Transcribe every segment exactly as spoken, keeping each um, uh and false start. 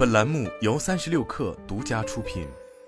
本栏目由三十六氪独家出品。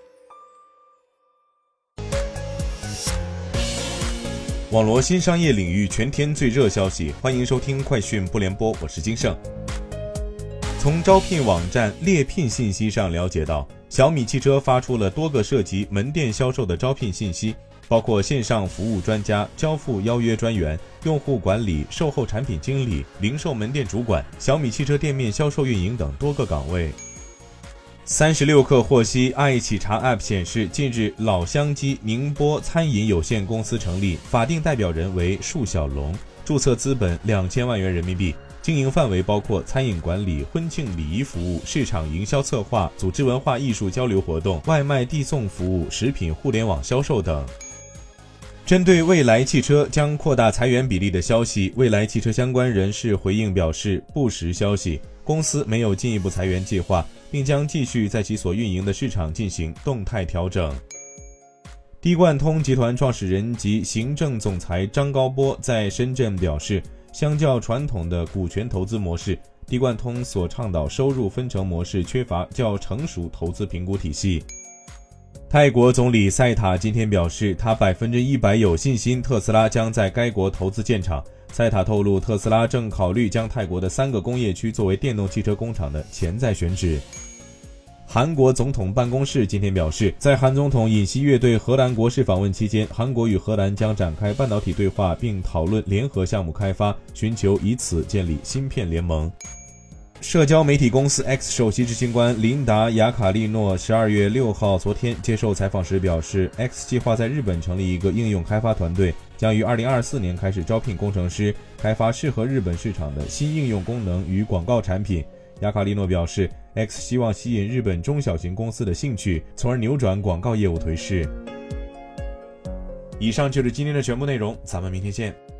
网罗新商业领域全天最热消息，欢迎收听快讯不联播，我是金盛。从招聘网站猎聘信息上了解到，小米汽车发出了多个涉及门店销售的招聘信息，包括线上服务专家、交付邀约专员、用户管理、售后产品经理、零售门店主管、小米汽车店面销售运营等多个岗位。三十六氪获悉，爱企查 App 显示，近日老乡鸡宁波餐饮有限公司成立，法定代表人为束小龙，注册资本两千万元人民币，经营范围包括餐饮管理、婚庆礼仪服务、市场营销策划、组织文化艺术交流活动、外卖递送服务、食品互联网销售等。针对蔚来汽车将扩大裁员比例的消息，蔚来汽车相关人士回应表示不实消息，公司没有进一步裁员计划，并将继续在其所运营的市场进行动态调整。滴灌通集团创始人及行政总裁张高波在深圳表示，相较传统的股权投资模式，滴灌通所倡导收入分成模式缺乏较成熟投资评估体系。泰国总理赛塔今天表示，他百分之一百有信心特斯拉将在该国投资建厂。赛塔透露，特斯拉正考虑将泰国的三个工业区作为电动汽车工厂的潜在选址。韩国总统办公室今天表示，在韩总统尹锡悦对荷兰国事访问期间，韩国与荷兰将展开半导体对话，并讨论联合项目开发，寻求以此建立芯片联盟。社交媒体公司 X 首席执行官琳达·雅卡利诺十二月六号昨天接受采访时表示， X 计划在日本成立一个应用开发团队，将于二零二四年开始招聘工程师，开发适合日本市场的新应用功能与广告产品。雅卡利诺表示， X 希望吸引日本中小型公司的兴趣，从而扭转广告业务颓势。以上就是今天的全部内容，咱们明天见。